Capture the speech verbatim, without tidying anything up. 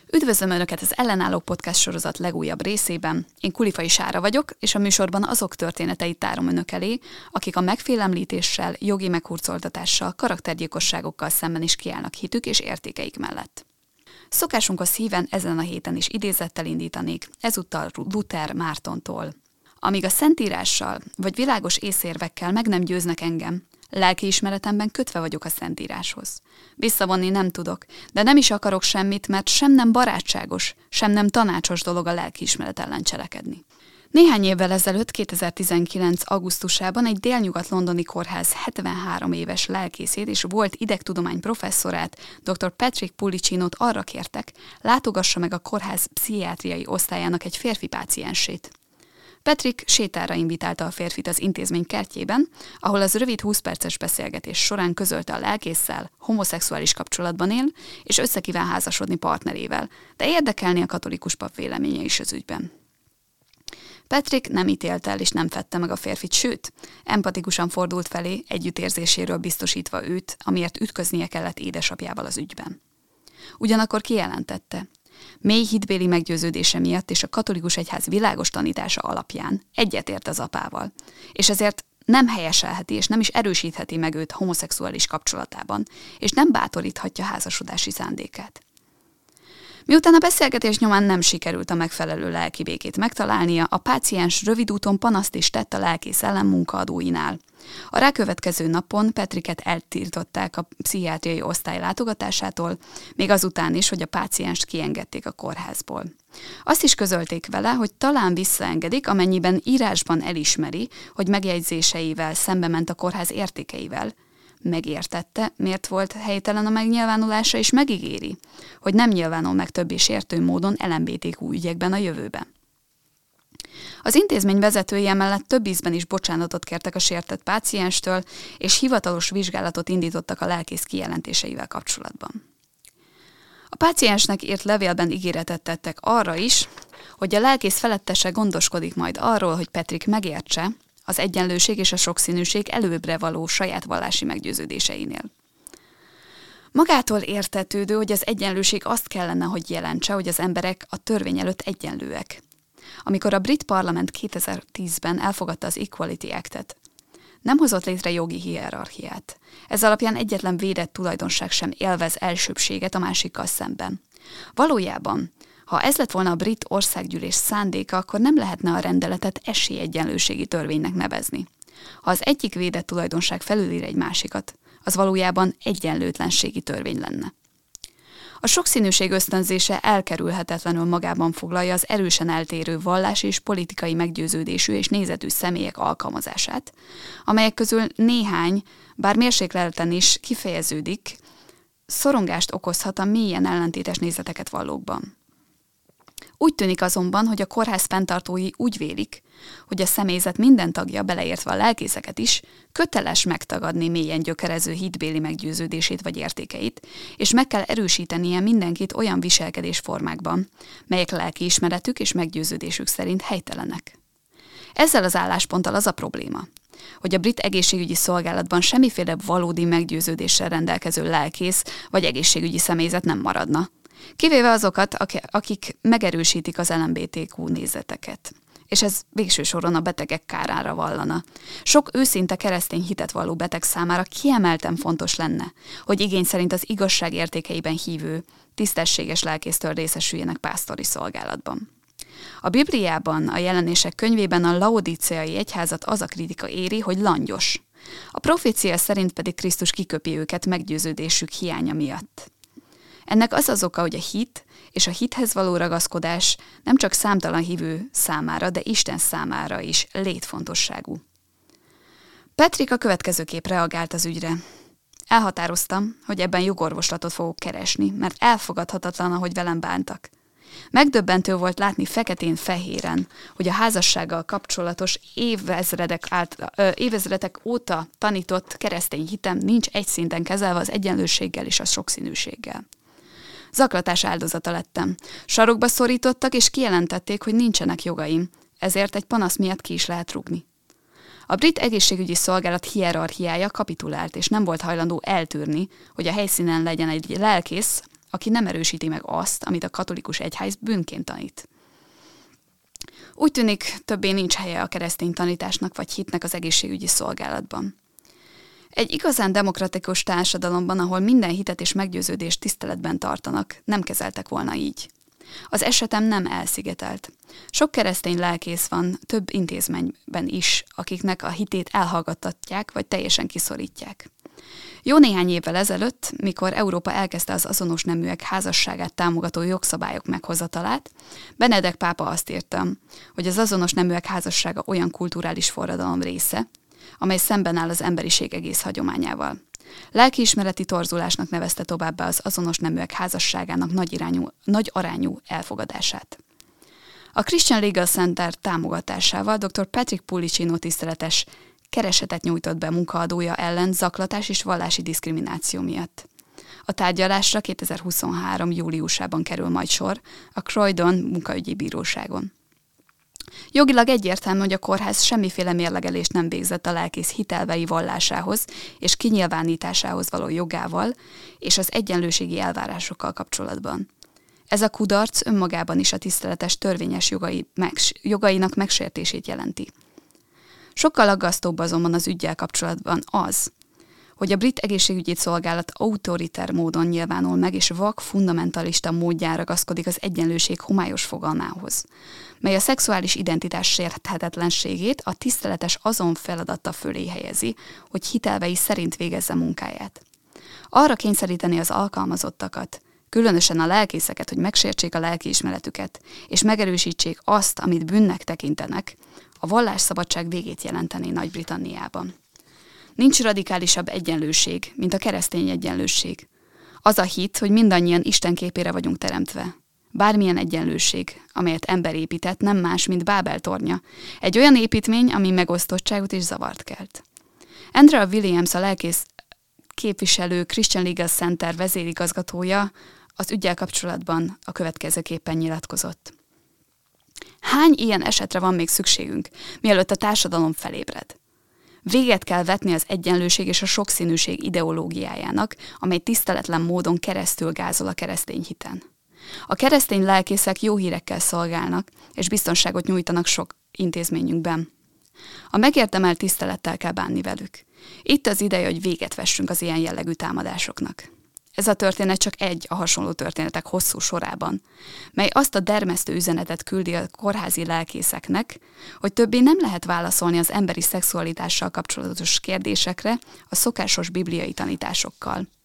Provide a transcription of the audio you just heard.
Üdvözlöm Önöket az Ellenállók Podcast sorozat legújabb részében. Én Kulifai Sára vagyok, és a műsorban azok történeteit tárom Önök elé, akik a megfélemlítéssel, jogi meghurcoltatással, karaktergyilkosságokkal szemben is kiállnak hitük és értékeik mellett. Szokásunkhoz híven ezen a héten is idézettel indítanék, ezúttal Luther Mártontól. Amíg a Szentírással vagy világos észérvekkel meg nem győznek engem, lelkiismeretemben kötve vagyok a Szentíráshoz. Visszavonni nem tudok, de nem is akarok semmit, mert sem nem barátságos, sem nem tanácsos dolog a lelkiismeret ellen cselekedni. Néhány évvel ezelőtt, kétezer-tizenkilenc. augusztusában egy délnyugat-londoni kórház hetvenhárom éves lelkészét és volt idegtudomány professzorát, dr. Patrick Pullicinót arra kértek, látogassa meg a kórház pszichiátriai osztályának egy férfi páciensét. Patrick sétára invitálta a férfit az intézmény kertjében, ahol az rövid húsz perces beszélgetés során közölte a lelkésszel, homoszexuális kapcsolatban él, és össze kíván házasodni partnerével, de érdekelni a katolikus pap véleménye is az ügyben. Patrick nem ítélte el és nem fedte meg a férfit, sőt, empatikusan fordult felé, együttérzéséről biztosítva őt, amiért ütköznie kellett édesapjával az ügyben. Ugyanakkor kijelentette, mély hitbéli meggyőződése miatt és a katolikus egyház világos tanítása alapján egyetért az apával, és ezért nem helyeselheti és nem is erősítheti meg őt homoszexuális kapcsolatában, és nem bátoríthatja házasodási szándékát. Miután a beszélgetés nyomán nem sikerült a megfelelő lelki békét megtalálnia, a páciens rövid úton panaszt is tett a lelkész ellen munkaadóinál. A rákövetkező napon Patricket eltiltották a pszichiátriai osztály látogatásától, még azután is, hogy a pácienst kiengedték a kórházból. Azt is közölték vele, hogy talán visszaengedik, amennyiben írásban elismeri, hogy megjegyzéseivel szembe ment a kórház értékeivel. Megértette, miért volt helytelen a megnyilvánulása, és megígéri, hogy nem nyilvánul meg többé sértő módon el em bé té kú ügyekben a jövőben. Az intézmény vezetői emellett több ízben is bocsánatot kértek a sértett pácienstől, és hivatalos vizsgálatot indítottak a lelkész kijelentéseivel kapcsolatban. A páciensnek írt levélben ígéretet tettek arra is, hogy a lelkész felettese gondoskodik majd arról, hogy Patrick megértse, az egyenlőség és a sokszínűség előbbre való saját vallási meggyőződéseinél. Magától értetődő, hogy az egyenlőség azt kellene, hogy jelentse, hogy az emberek a törvény előtt egyenlőek. Amikor a brit parlament kétezer-tízben elfogadta az Equality Act-et, nem hozott létre jogi hierarchiát. Ez alapján egyetlen védett tulajdonság sem élvez elsőbbséget a másikkal szemben. Valójában, ha ez lett volna a brit országgyűlés szándéka, akkor nem lehetne a rendeletet esélyegyenlőségi törvénynek nevezni. Ha az egyik védett tulajdonság felülír egy másikat, az valójában egyenlőtlenségi törvény lenne. A sokszínűség ösztönzése elkerülhetetlenül magában foglalja az erősen eltérő vallási és politikai meggyőződésű és nézetű személyek alkalmazását, amelyek közül néhány, bár mérsékleten is kifejeződik, szorongást okozhat a mélyen ellentétes nézeteket vallókban. Úgy tűnik azonban, hogy a kórház fenntartói úgy vélik, hogy a személyzet minden tagja, beleértve a lelkészeket is, köteles megtagadni mélyen gyökerező hitbéli meggyőződését vagy értékeit, és meg kell erősítenie mindenkit olyan viselkedésformákban, melyek lelkiismeretük és meggyőződésük szerint helytelenek. Ezzel az állásponttal az a probléma, hogy a brit egészségügyi szolgálatban semmiféle valódi meggyőződéssel rendelkező lelkész vagy egészségügyi személyzet nem maradna, kivéve azokat, akik megerősítik az el em bé té kú nézeteket. És ez végső soron a betegek kárára vallana. Sok őszinte keresztény hitet valló beteg számára kiemelten fontos lenne, hogy igény szerint az igazság értékeiben hívő, tisztességes lelkésztől részesüljenek pásztori szolgálatban. A Bibliában, a Jelenések könyvében a laodíceai egyházat az a kritika éri, hogy langyos. A profécia szerint pedig Krisztus kiköpi őket meggyőződésük hiánya miatt. Ennek az az oka, hogy a hit és a hithez való ragaszkodás nem csak számtalan hívő számára, de Isten számára is létfontosságú. Patrick a következőképp reagált az ügyre. Elhatároztam, hogy ebben jogorvoslatot fogok keresni, mert elfogadhatatlan, ahogy velem bántak. Megdöbbentő volt látni feketén-fehéren, hogy a házassággal kapcsolatos évezredek, által, ö, évezredek óta tanított keresztény hitem nincs egy szinten kezelve az egyenlőséggel és a sokszínűséggel. Zaklatás áldozata lettem. Sarokba szorítottak és kijelentették, hogy nincsenek jogaim, ezért egy panasz miatt ki is lehet rúgni. A brit egészségügyi szolgálat hierarchiája kapitulált, és nem volt hajlandó eltűrni, hogy a helyszínen legyen egy lelkész, aki nem erősíti meg azt, amit a katolikus egyház bűnként tanít. Úgy tűnik, többé nincs helye a keresztény tanításnak vagy hitnek az egészségügyi szolgálatban. Egy igazán demokratikus társadalomban, ahol minden hitet és meggyőződést tiszteletben tartanak, nem kezeltek volna így. Az esetem nem elszigetelt. Sok keresztény lelkész van több intézményben is, akiknek a hitét elhallgattatják vagy teljesen kiszorítják. Jó néhány évvel ezelőtt, mikor Európa elkezdte az azonos neműek házasságát támogató jogszabályok meghozatalát, Benedek pápa azt írta, hogy az azonos neműek házassága olyan kulturális forradalom része, amely szemben áll az emberiség egész hagyományával. Lelkiismereti torzulásnak nevezte továbbá az azonos neműek házasságának nagy, irányú, nagy arányú elfogadását. A Christian Legal Center támogatásával dr. Patrick Pulicino tiszteletes keresetet nyújtott be munkaadója ellen zaklatás és vallási diszkrimináció miatt. A tárgyalásra kétezer-huszonhárom. júliusában kerül majd sor a Croydon munkaügyi bíróságon. Jogilag egyértelmű, hogy a kórház semmiféle mérlegelést nem végzett a lelkész hitelvei vallásához és kinyilvánításához való jogával és az egyenlőségi elvárásokkal kapcsolatban. Ez a kudarc önmagában is a tiszteletes törvényes jogai, megs- jogainak megsértését jelenti. Sokkal aggasztóbb azonban az üggyel kapcsolatban az, hogy a brit egészségügyi szolgálat autoriter módon nyilvánul meg, és vak, fundamentalista módján ragaszkodik az egyenlőség homályos fogalmához, mely a szexuális identitás sérthetetlenségét a tiszteletes azon feladata fölé helyezi, hogy hitelvei szerint végezze munkáját. Arra kényszeríteni az alkalmazottakat, különösen a lelkészeket, hogy megsértsék a lelkiismeretüket, és megerősítsék azt, amit bűnnek tekintenek, a vallásszabadság végét jelenteni Nagy-Britanniában. Nincs radikálisabb egyenlőség, mint a keresztény egyenlőség. Az a hit, hogy mindannyian Isten képére vagyunk teremtve. Bármilyen egyenlőség, amelyet ember épített, nem más, mint Bábel tornya. Egy olyan építmény, ami megosztottságot és zavart kelt. Andrea Williams, a lelkész képviselő Christian Legal Center vezérigazgatója az üggyel kapcsolatban a következőképpen nyilatkozott. Hány ilyen esetre van még szükségünk, mielőtt a társadalom felébred? Véget kell vetni az egyenlőség és a sokszínűség ideológiájának, amely tiszteletlen módon keresztül gázol a keresztény hiten. A keresztény lelkészek jó hírekkel szolgálnak, és biztonságot nyújtanak sok intézményünkben. A megérdemelt tisztelettel kell bánni velük. Itt az ideje, hogy véget vessünk az ilyen jellegű támadásoknak. Ez a történet csak egy a hasonló történetek hosszú sorában, mely azt a dermesztő üzenetet küldi a kórházi lelkészeknek, hogy többé nem lehet válaszolni az emberi szexualitással kapcsolatos kérdésekre a szokásos bibliai tanításokkal.